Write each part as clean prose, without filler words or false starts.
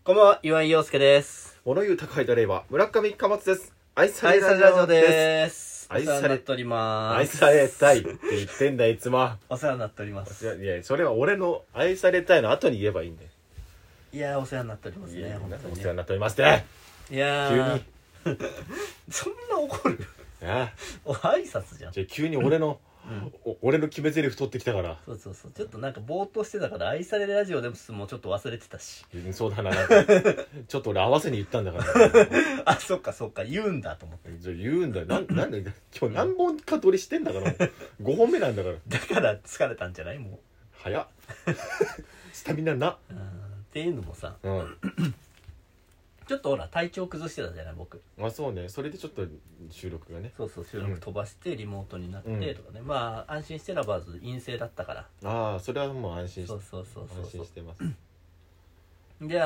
こんばんは、岩井陽介です。 物言う高いダレは村上貨物です。愛さ愛れラジオされラジオです。 です。お世話になっております。 愛されたいって言ってんだいつも。 お世話になっております。 いやそれは俺の愛されたいの後に言えばいいんだよ。 いやー、お世話になっておりますいやね。本当にね。 お世話になっておりますっていやー、急にそんな怒る？ いや挨拶じゃん。 じゃあ急に俺の俺の決め台詞取ってきたから。 そうちょっとなんかぼーっとしてたから愛されラジオでもちょっと忘れてたし。 そうだなちょっと俺合わせに言ったんだからあ、そっか言うんだと思って。 じゃあ言うんだよ。なんで今日何本か取りしてんだから5本目なんだから。 だから疲れたんじゃない？もう早っスタミナな。 っていうのもさ、 うん、 ちょっとほら体調崩してたじゃない僕。 あ、そうね。それでちょっと収録がね。 そう収録飛ばしてリモートになってとかね、まあ安心してラバーズ陰性だったから。 ああ、それはもう安心して。 そう安心してます。 で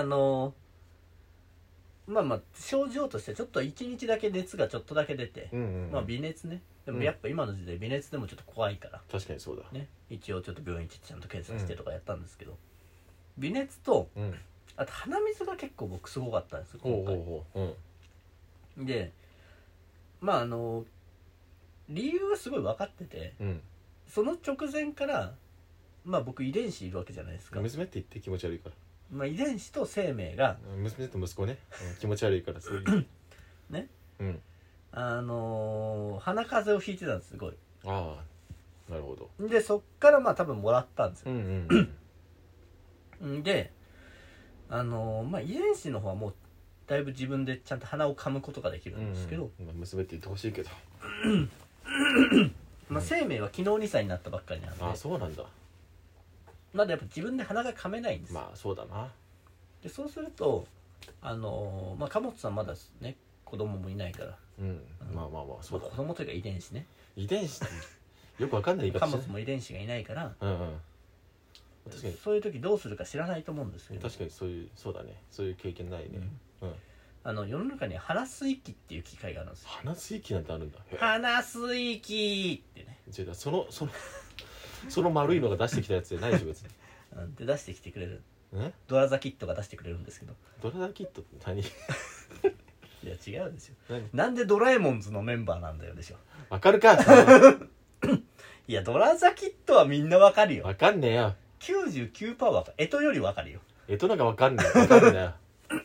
まあ症状としてちょっと1日だけ熱がちょっとだけ出て、まあ微熱ね。でもやっぱ今の時代微熱でもちょっと怖いから確かにそうだね、一応ちょっと病院行ってちゃんと検査してとかやったんですけど、微熱と、あと鼻水が結構僕すごかったんですよ今回。でまあ理由はすごい分かってて、その直前からまあ僕遺伝子いるわけじゃないですか。 娘って言って気持ち悪いから。 まあ遺伝子と生命が娘と息子ね、気持ち悪いからそういうね、鼻風邪をひいてたんですすごい。 ああ、なるほど。 でそっからまあ多分もらったんですよ。でまあ遺伝子の方はもうだいぶ自分でちゃんと鼻を噛むことができるんですけど、 娘って言ってほしいけどまあ生命は昨日2歳になったばっかりなんで。 ああ、そうなんだ。 まだやっぱ自分で鼻が噛めないんですよ。 まあそうだな。でそうするとまあ貨物さんまだね子供もいないから、 まあそうだ、 子供というか遺伝子ね。 遺伝子よくわかんない言い方して。 貨物も遺伝子がいないから、 確かにそういう時どうするか知らないと思うんですけど。 確かにそうだね。そういう経験ないね。 世の中に鼻吸い器っていう機械があるんですよ。 鼻吸い器なんてあるんだ。 鼻吸い器ってね。 違う、その丸いのが出してきたやつじゃないでしょ別に。 で出してきてくれるドドラザキットが出してくれるんですけど。 ラザキットって何？いや違うですよ。なんでドラえもんズのメンバーなんだよでしょ。 わかるかいやドラザキットはみんなわかるよ。 わかんねえよ。 99% わかる。干支よりわかるよ。 干支なんかわかんねえ。わかるんだよ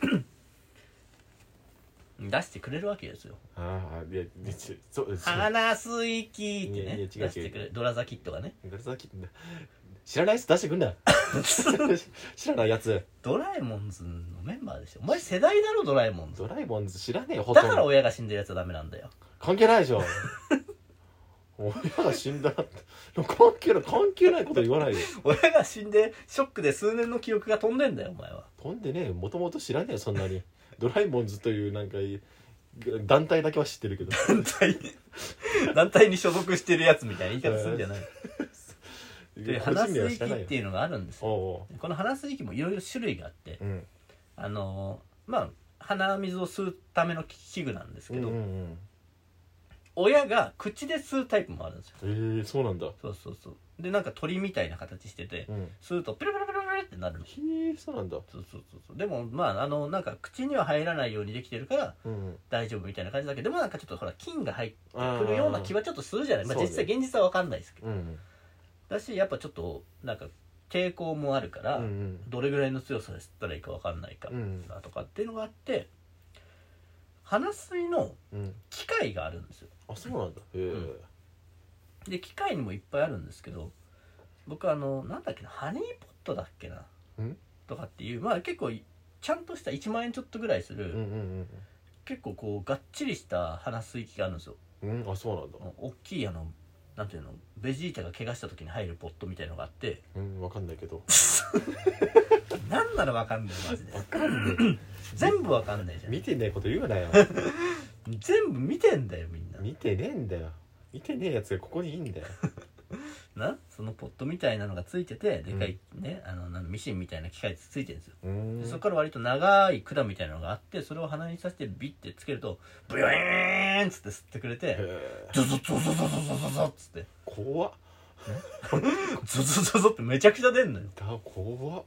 出してくれるわけですよ。 いやそう鼻吸い器ってね、 違う出してくれるドラザキットがね。 ドラザキット知らないやつ出してくんだ知らないやつ。 ドラえもんズのメンバーでしょ。お前世代だろドラえもんズ。 ドラえもんズ知らねえよ。 だから親が死んでるやつはダメなんだよ。 関係ないでしょ親が死んだら関係ないこと言わないで。 親が死んでショックで数年の記憶が飛んでんだよお前は。 飛んでねえよ。もともと知らねえよそんなに。ドラえもんズというなんか団体だけは知ってるけど団体に所属してるやつみたいな言い方するんじゃないで鼻吸い器っていうのがあるんですよ。この鼻吸い器もいろいろ種類があって、まあ鼻水を吸うための器具なんですけど、親が口で吸うタイプもあるんですよ。 そうなんだ。 そうでなんか鳥みたいな形してて、吸うとピロピロピロピロってなるの。 そうなんだ。 そうでもまあなんか口には入らないようにできてるから大丈夫みたいな感じだけど、でもなんかちょっとほら菌が入ってくるような気はちょっとするじゃない。まあ実際現実は分かんないですけど、だしやっぱちょっとなんか抵抗もあるから、どれぐらいの強さで吸ったらいいか分かんないかとかっていうのがあって、鼻吸いの機械があるんですよ。 あ、そうなんだ。 で機械にもいっぱいあるんですけど、僕なんだっけな、ハニーポットだっけなとかっていう、まあ結構ちゃんとした1万円ちょっとぐらいする、結構こうがっちりした鼻吸い器があるんですよ。 あ、そうなんだ。 大きいなんていうの、ベジータが怪我した時に入るポットみたいのがあって、 わかんないけどなんならわかんないマジで。 わかんね全部わかんないじゃん。 見てねえこと言うなよ全部見てんだよみんな。 見てねえんだよ。見てねえやつがここにいいんだよそのポットみたいなのがついてて、でかいね、ミシンみたいな機械ついてるんですよ。でそこから割と長い管みたいなのがあって、それを鼻にさせてビッてつけるとブヨーンっつって吸ってくれて、ゾゾゾゾゾゾゾゾっつって怖っゾゾゾゾってめちゃくちゃ出んのよ。 怖っ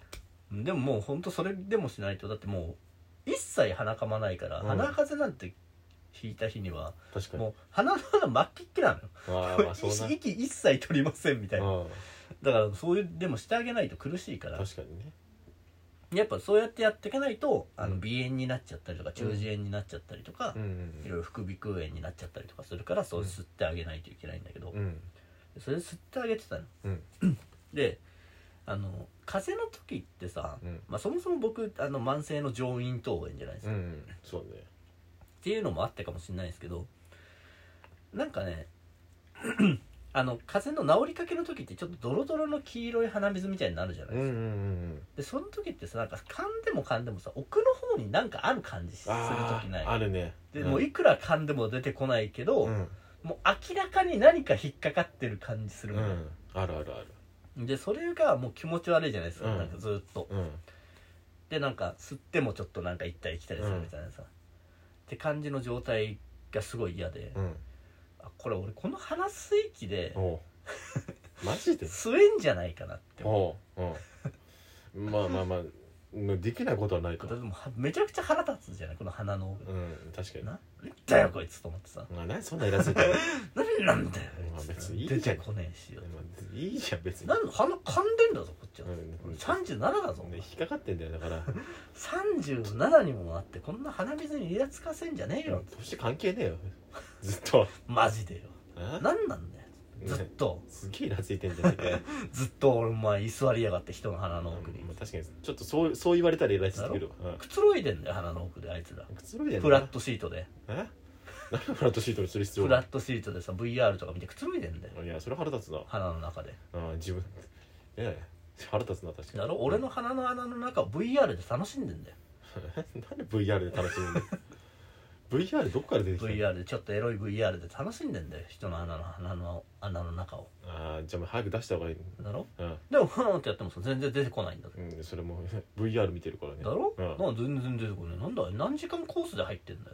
でももうほんとそれでもしないと、だってもう一切鼻かまないから、鼻風邪なんて引いた日には確かにもう鼻の穴真っきっきなのよ。 まあそうな息一切取りませんみたいな。 あだからそういうでもしてあげないと苦しいから、 確かにねやっぱそうやってやっていかないと鼻炎になっちゃったりとか中耳炎になっちゃったりとか、いろいろ副鼻腔炎になっちゃったりとかするから、そう吸ってあげないといけないんだけど、それ吸ってあげてたの。で風邪の時ってさ、まあ、そもそも僕慢性の上咽頭炎じゃないですか、 そうねっていうのもあってかもしれないですけど、なんかね風邪の治りかけの時ってちょっとドロドロの黄色い鼻水みたいになるじゃないですか、でその時ってさ、なんか噛んでもさ奥の方になんかある感じする時ない？ あるね。 で、もういくら噛んでも出てこないけど、もう明らかに何か引っかかってる感じするみたいな、 あるあるある。でそれがもう気持ち悪いじゃないですか、なんかずっと、でなんか吸ってもちょっとなんか行ったり来たりするみたいなさ、って感じの状態がすごい嫌で、これ俺この鼻吸い気でマジで吸えんじゃないかなって思う。まあまあまあできないことはないから。 でもめちゃくちゃ腹立つじゃないこの鼻の奥。 確かに。 なんだよこいつと思ってさ。 何そんなイラついてる。 何なんだよ。 別にいい出てこねえしよ。 いいじゃん別に。 鼻噛んでんだぞこっちは。37だぞ。 引っかかってんだよだから。 37にもなってこんな鼻水にイラつかせんじゃねえよ。 年関係ねえよ。ずっと。 マジでよ。何なんだよ。ずっとすげえイラついてんじゃねえか。 ずっと俺居座りやがって人の鼻の奥に。 確かにちょっとそう言われたらイラついてくる。 くつろいでんだよ鼻の奥であいつら。 くつろいでんの。 フラットシートで。 何フラットシートにする必要？ フラットシートでさ VR とか見てくつろいでんだよ。 いやそれ腹立つな。 鼻の中で。 自分腹立つな確かに。 だろ俺の鼻の穴の中を VR で楽しんでんだよ。 なんで VR で楽しんでんの？VR どっから出てきたの？ VR でちょっとエロい VR で楽しんでんだよ人の鼻の中を。 じゃあ早く出した方がいいだろ、でもフーンってやってもさ全然出てこないんだぞ。 それも VR 見てるからね。 だろ、なん全然出てこない。なんだ何時間コースで入ってんだよ。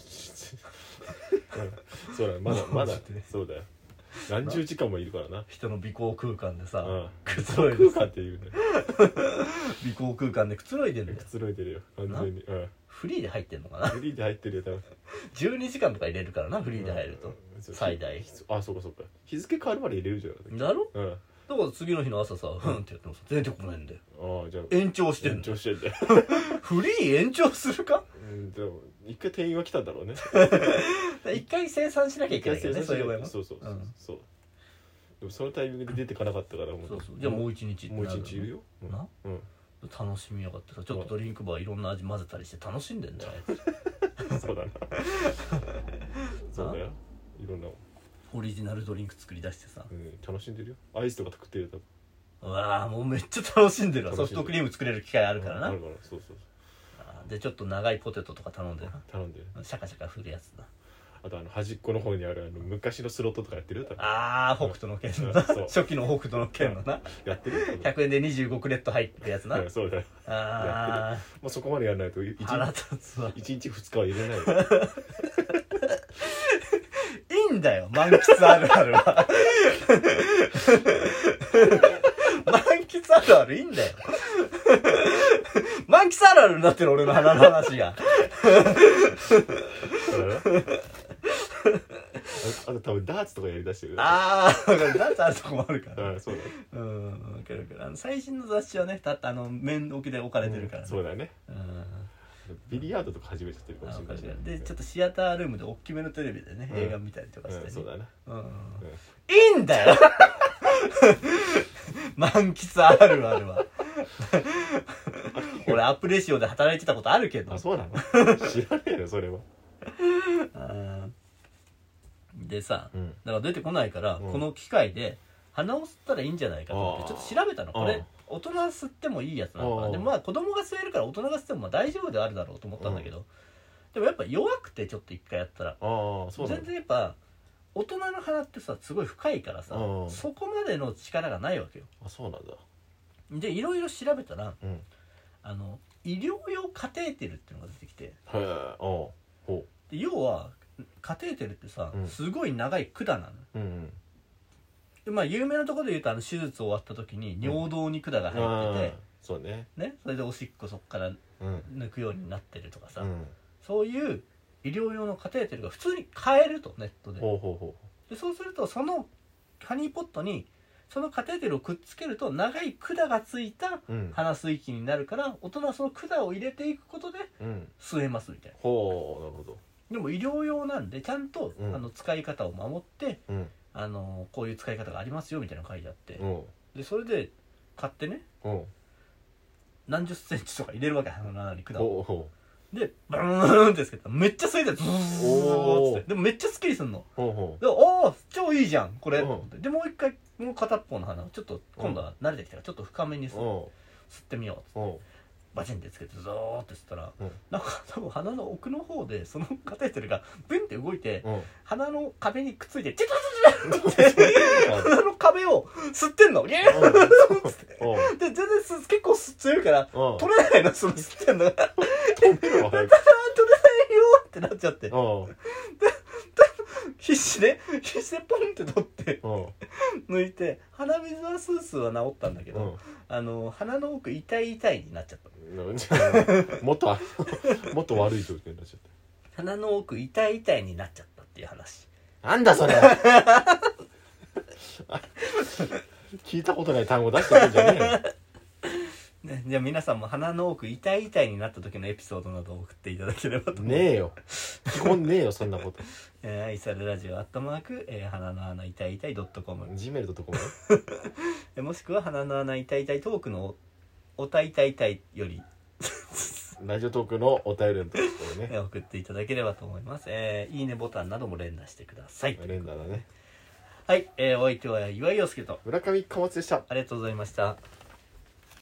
そうだまだそうだよ。何十時間もいるからな。 人の鼻孔空間でさ、 くつろいで空間っていうね。 鼻孔空間でくつろいでんだよ。 くつろいでるよ完全に。 フリーで入ってんのかな。 フリーで入ってるよ多分。 12時間とか入れるからなフリーで入ると、最大。 そうか日付変わるまで入れるじゃん。 だろ、だから次の日の朝さフンってやってもさ出てこないんだよ。 じゃあ延長してんだよ。フリー延長するか。 でも一回店員は来たんだろうね。 一回生産しなきゃいけないからね。そういう場合もそうでもそのタイミングで出てかなかったからじゃあもう一日いるよな。 楽しみやがってさ、ちょっとドリンクバーいろんな味混ぜたりして楽しんでんだよそうだな。そうだよ。いろんなオリジナルドリンク作り出してさ、 楽しんでるよ。アイスとか食ってるよ多分。 うわもうめっちゃ楽しんでるわ。ソフトクリーム作れる機会あるからな。 そうでちょっと長いポテトとか頼んでシャカシャカ振るやつだ。 あと端っこの方にある昔のスロットとかやってるよ多分。 北斗の拳のな。初期の北斗の拳のな。 やってるよ。 100円で25クレット入ってるやつな。 そうだよ。やってる。もうそこまでやらないと腹立つわ。 1日2日は入れないよ。 いいんだよ満喫あるあるは。満喫あるあるいいんだよ。満喫あるあるになってる俺の鼻の話が。 あと多分ダーツとかやりだしてる。 ダーツあるとこもあるから。 そうだ。 分かるから最新の雑誌はね面置きで置かれてるから。 そうだね。ビリヤードとか始めちゃってるかもしれない。 でちょっとシアタールームで大きめのテレビでね映画見たりとかしてね。 そうだね。 いいんだよ。満喫あるあるは。俺アプレシオで働いてたことあるけど。 そうなの？知らねえよそれは。 でさ、だから出てこないから、この機械で鼻を吸ったらいいんじゃないかと思ってちょっと調べたの。これ大人が吸ってもいいやつなのかな。でまあ子供が吸えるから大人が吸っても大丈夫ではあるだろうと思ったんだけど、でもやっぱ弱くてちょっと一回やったら全然やっぱ大人の鼻ってさすごい深いからさそこまでの力がないわけよ。 そうなんだ。 でいろいろ調べたら、医療用カテーテルっていうのが出てきて、で要はカテーテルってさ、すごい長い管なの。でまあ有名なところで言うと手術終わった時に尿道に管が入ってて、 そうね。 ね、それでおしっこそっから抜くようになってるとかさ、 うん、 そういう医療用のカテーテルが普通に買えると、ネットで。 ほうほうほでそうするとそのハニーポットにそのカテーテルをくっつけると長い管がついたう。うん。 鼻吸い器になるから、大人はその管を入れていくことでうん。 吸えますみたいな。 ほう、なるほど。 でも医療用なんでちゃんと、 うん使い方を守って、 うん。 こういう使い方がありますよみたいなの書いてあって、 うん。 でそれで買ってね、 うん。 何十センチとか入れるわけ、鼻の穴に管を。 ほうほでブーンってつけたらめっちゃ吸いてる、ズーッつって。でもめっちゃスッキリすんの。 う。ほうほでおお超いいじゃんこれ、 うんでもう一回もう片っぽの鼻をちょっと今度は慣れてきたからちょっと深めに吸う。 ってみようっつってうん。 バチンってつけてゾーって吸ったら、 うん。 なんか多分鼻の奥の方でそのカテーテルがブンって動いて、 うん。 鼻の壁にくっついてチュチュチュチュって鼻の壁を吸ってんのギューッつってうん。 で全然結構強いからうん。 取れないの、その吸ってんのが止めろ、早く。 取れないよってなっちゃって、 うん。 必死でポンって取ってうん。 抜いて、鼻水はスースーは治ったんだけど、鼻の奥痛い痛いになっちゃった。 もっと悪い状況になっちゃっ鼻の奥痛い痛いになっちゃったっていう話。 た。なんだそれ聞いたことない単語出してくんじゃねえよ。 ね、じゃあ皆さんも鼻の奥痛い痛いになった時のエピソードなどを送っていただければと思う。 ねえよ。基本ねえよ、そんなこと。 愛されラジオ鼻の穴痛い痛い .com gmail.com もしくは鼻の穴痛い痛いトークのおたいたいたいよりラジオトークのお便りのところね。 送っていただければと思います。いいねボタンなども連打してください。 連打だね。 はい、お相手は岩井陽介と村上貨物でした。 ありがとうございました。